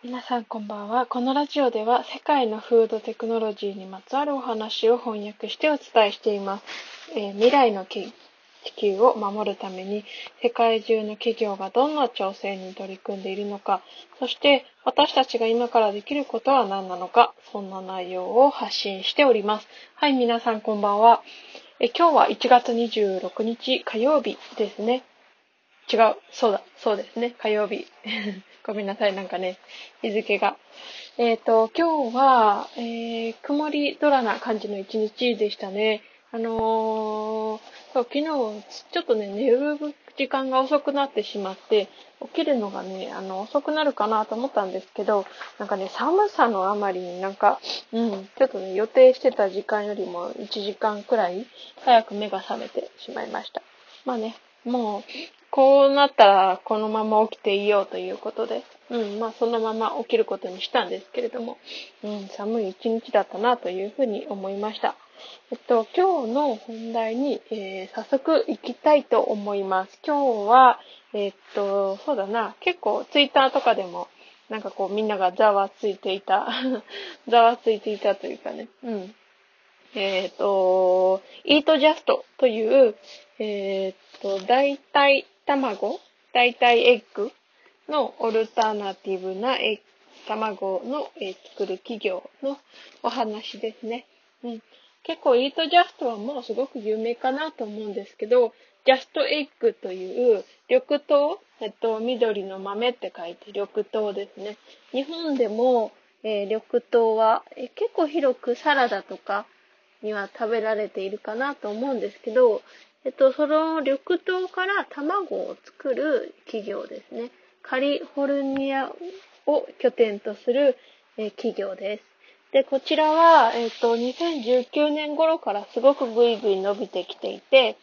皆さんこんばんは。このラジオでは世界のフードテクノロジーにまつわるお話を翻訳してお伝えしています。未来の地球を守るために世界中の企業がどんな挑戦に取り組んでいるのか、そして私たちが今からできることは何なのか、そんな内容を発信しております。はい、皆さんこんばんは。今日は1月26日火曜日ですね。違う。そうですね。火曜日。ごめんなさい。なんかね、日付が。今日は、曇り空な感じの一日でしたね。昨日、ちょっとね、寝る時間が遅くなってしまって、起きるのがね、遅くなるかなと思ったんですけど、なんかね、寒さのあまりになんか、ちょっとね、予定してた時間よりも1時間くらい早く目が覚めてしまいました。まあね、もう、こうなったらこのまま起きていようということで、まあそのまま起きることにしたんですけれども、寒い一日だったなというふうに思いました。今日の本題に、早速行きたいと思います。今日は、そうだな、結構ツイッターとかでも、なんかこうみんながざわついていた、ざわついていたというかね、イートジャストという、代替卵、代替エッグのオルタナティブな卵の、作る企業のお話ですね。結構イートジャストはもうすごく有名かなと思うんですけど、ジャストエッグという緑豆、緑の豆って書いて緑豆ですね。日本でも、緑豆は、結構広くサラダとか、には食べられているかなと思うんですけど、その緑豆から卵を作る企業ですね。カリフォルニアを拠点とする、企業です。で、こちらは、2019年頃からすごくぐいぐい伸びてきていて、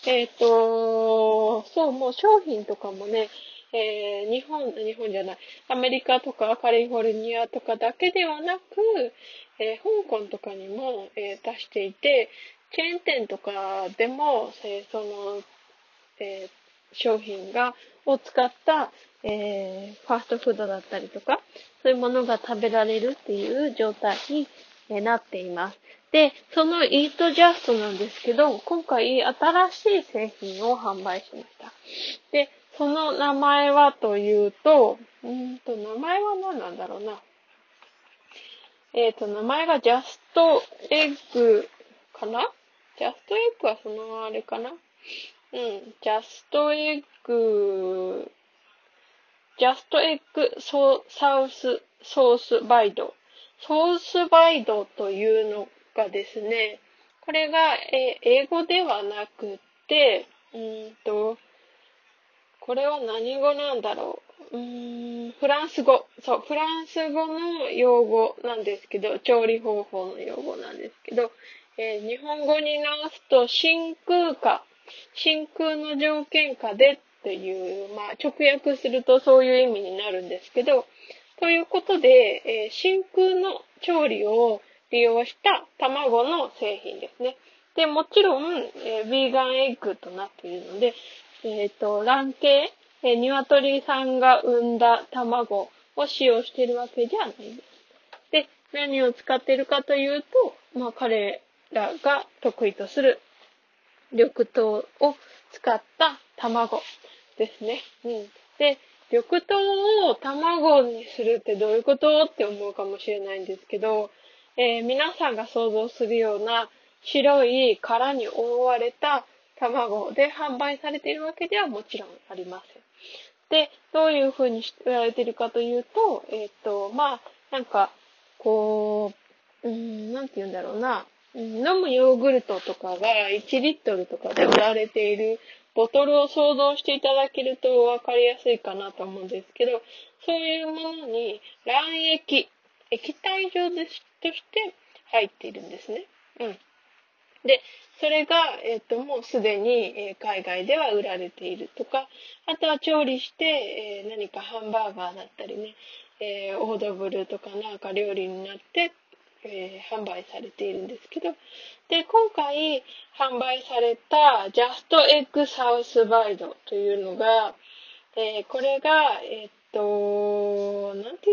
もう商品とかもね、日本じゃない、アメリカとかカリフォルニアとかだけではなく、香港とかにも、出していて、チェーン店とかでも、商品を使った、ファーストフードだったりとか、そういうものが食べられるっていう状態に、なっています。で、そのイートジャストなんですけど、今回新しい製品を販売しました。で、その名前はというと、名前は何なんだろうな。名前がジャストエッグかな。ジャストエッグはそのあれかな。ジャストエッグ、ジャストエッグソースバイド。ソースバイドというのがですね、これが、英語ではなくて、これは何語なんだろう。フランス語。そう、フランス語の用語なんですけど、調理方法の用語なんですけど、日本語に直すと真空の条件下でっていう、まあ直訳するとそういう意味になるんですけど、ということで、真空の調理を利用した卵の製品ですね。で、もちろん、ヴィーガンエッグとなっているので、卵系、鶏さんが産んだ卵を使用しているわけじゃないです。で、何を使っているかというと、まあ、彼らが得意とする緑豆を使った卵ですね。で、緑豆を卵にするってどういうことって思うかもしれないんですけど、皆さんが想像するような白い殻に覆われた卵で販売されているわけではもちろんありません。で、どういうふうに売られているかというと、まあ、なんか、こう、なんて言うんだろうな、飲むヨーグルトとかが1リットルとかで売られているボトルを想像していただけると分かりやすいかなと思うんですけど、そういうものに卵液体状として入っているんですね。で、それが、もうすでに、海外では売られているとか、あとは調理して、何かハンバーガーだったりね、オードブルとかなんか料理になって、販売されているんですけど、で、今回販売されたジャストエッグサウスバイドというのが、これが、なんて言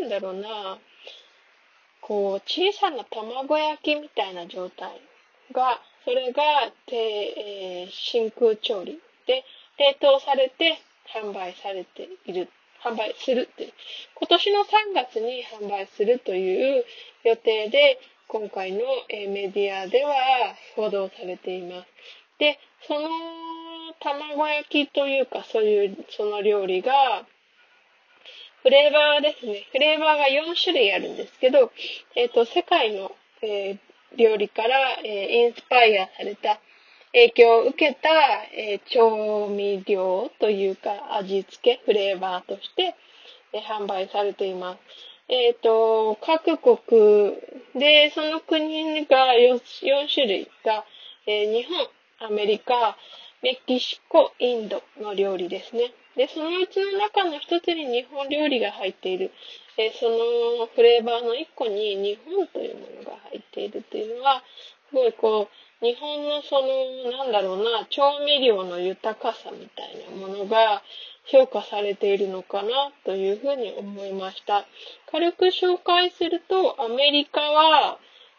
うんだろうな、こう、小さな卵焼きみたいな状態が、それが、真空調理で、冷凍されて販売されている、販売するっていう、今年の3月に販売するという予定で、今回の、メディアでは報道されています。で、その卵焼きというか、その料理が、フレーバーですね。フレーバーが4種類あるんですけど、世界の、料理から、インスパイアされた、影響を受けた、調味料というか味付け、フレーバーとして、販売されています。各国で、その国が4種類が、日本、アメリカ、メキシコ、インドの料理ですね。で、そのうちの中の一つに日本料理が入っている。そのフレーバーの一個に日本というものが入っているというのは、すごいこう、日本のなんだろうな、調味料の豊かさみたいなものが評価されているのかなというふうに思いました。軽く紹介すると、アメリカは、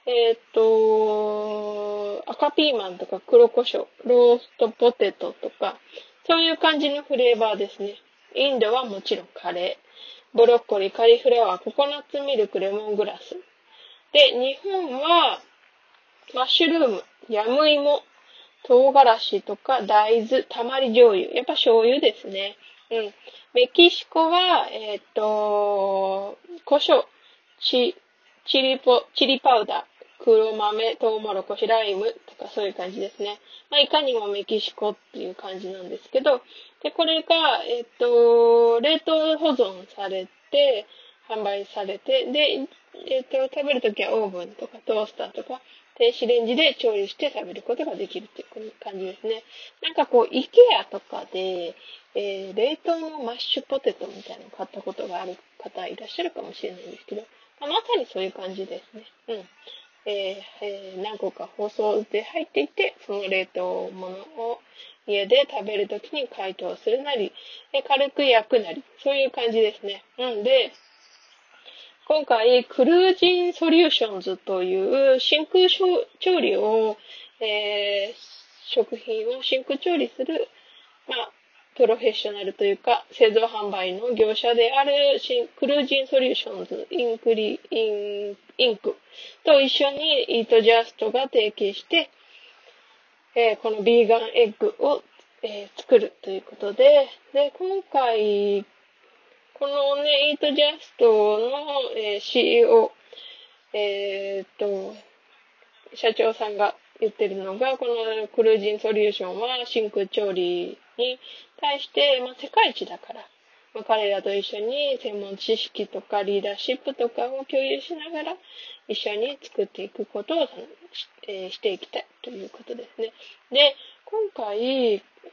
赤ピーマンとか黒胡椒、ローストポテトとか、そういう感じのフレーバーですね。インドはもちろんカレー、ブロッコリー、カリフラワー、ココナッツミルク、レモングラス。で、日本は、マッシュルーム、ヤムイモ、唐辛子とか大豆、たまり醤油。やっぱ醤油ですね。うん。メキシコは、胡椒、チ、チリパウダー、黒豆、トウモロコシ、ライムとかそういう感じですね。まあ、いかにもメキシコっていう感じなんですけど、で、これが、冷凍保存されて、販売されて、で、食べるときはオーブンとかトースターとか、電子レンジで調理して食べることができるっていう感じですね。なんかこう、イケアとかで、冷凍のマッシュポテトみたいなのを買ったことがある方いらっしゃるかもしれないんですけど、まさにそういう感じですね。うん。何個か包装で入っていて、その冷凍物を家で食べるときに解凍するなり、軽く焼くなり、そういう感じですね。うんで、今回、クルージンソリューションズという真空調理を、食品を真空調理する、まあ、プロフェッショナルというか、製造販売の業者であるクルージンソリューションズインクと一緒にイートジャストが提携して、このビーガンエッグを、作るということで、で、今回、このね、イートジャストの、CEO、えーっと、社長さんが言ってるのが、このクルージンソリューションは真空調理に対して、世界一だから、彼らと一緒に専門知識とかリーダーシップとかを共有しながら一緒に作っていくことをしていきたいということですね。で、今回、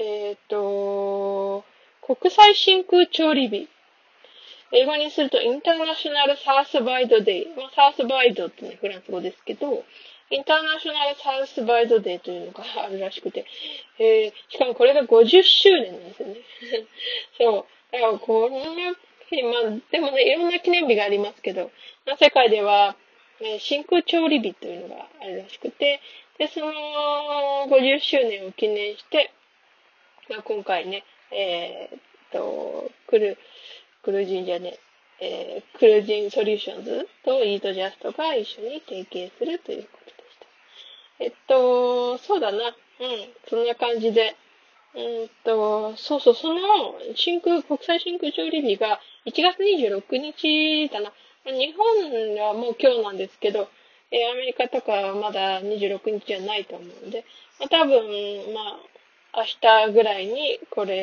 国際真空調理日。英語にするとインターナショナルサウスバイドデイ。サウスバイドってね、フランス語ですけど、インターナショナルサウスバイドデーというのがあるらしくて、しかもこれが50周年なんですよね。そう。だからこんな日、でもね、いろんな記念日がありますけど、世界では、真空調理日というのがあるらしくて、で、その50周年を記念して、今回ね、クルージンじゃね、クルージンソリューションズとイートジャストが一緒に提携するということでした。そうだな。うん、そんな感じで。そうそう、国際真空調理日が1月26日だな。日本はもう今日なんですけど、アメリカとかはまだ26日じゃないと思うんで、多分、明日ぐらいに、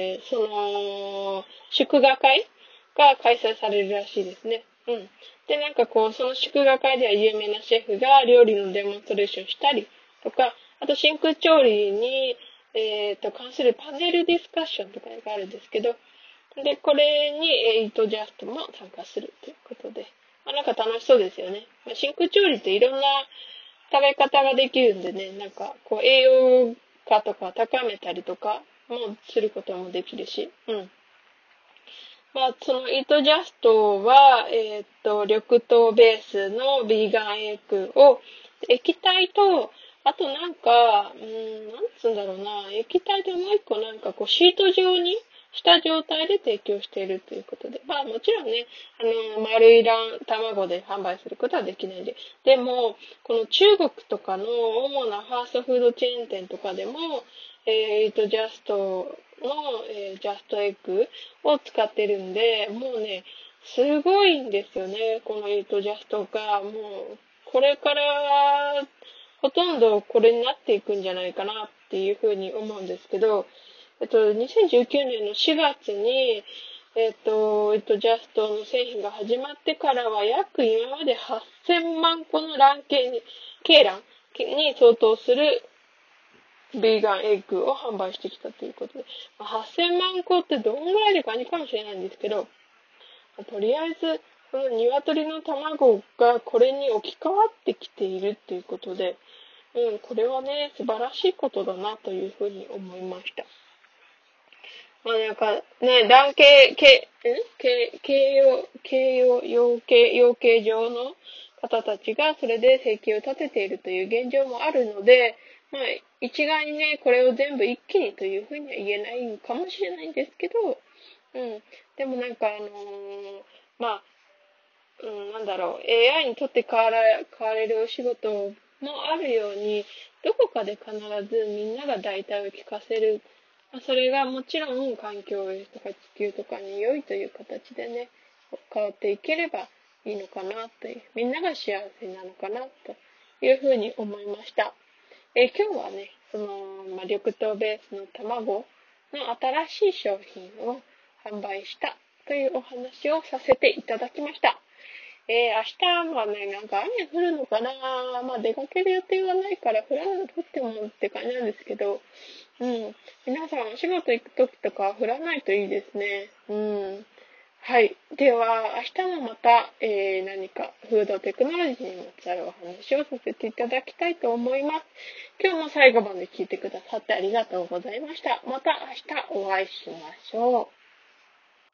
祝賀会が開催されるらしいですね。うん。で、なんかこう、その祝賀会では有名なシェフが料理のデモンストレーションしたりとか、あと真空調理に、関するパネルディスカッションとかがあるんですけど、で、これにイートジャストも参加するということで、なんか楽しそうですよね。真空調理っていろんな食べ方ができるんでね、なんかこう栄養価とか高めたりとかもすることもできるし、うん。 そのイートジャストは、緑豆ベースのビーガンエッグを、液体と、あとなんか、なんつうんだろうな、液体でもう一個なんかこうシート状にした状態で提供しているということで、もちろんね、丸い卵で販売することはできないんで、でも、この中国とかの主なファーストフードチェーン店とかでも、イートジャストの、ジャストエッグを使ってるんで、もうね、すごいんですよね、このイートジャストが。もう、これからほとんどこれになっていくんじゃないかなっていうふうに思うんですけど、2019年の4月に、ジャストの製品が始まってからは約今まで8000万個の鶏卵に相当するビーガンエッグを販売してきたということで、8000万個ってどんぐらいでかにかもしれないんですけど、とりあえず、この鶏の卵がこれに置き換わってきているということで、これはね、素晴らしいことだなというふうに思いました。なんかね、卵系、養鶏場の方たちがそれで生計を立てているという現状もあるので、一概にね、これを全部一気にというふうには言えないかもしれないんですけど、でもなんかまあ、なんだろう、AI にとって変われるお仕事もあるように、どこかで必ずみんなが代替を聞かせる。それがもちろん環境とか地球とかに良いという形でね、変わっていければいいのかなという、みんなが幸せなのかなというふうに思いました。今日はね、緑豆ベースの卵の新しい商品を販売したというお話をさせていただきました。明日はね、なんか雨降るのかな。出かける予定はないから降らなくてもって感じなんですけど、皆さんお仕事行くときとか降らないといいですね。はい。では、明日もまた、何かフードテクノロジーにまつわるお話をさせていただきたいと思います。今日も最後まで聞いてくださってありがとうございました。また明日お会いしましょう。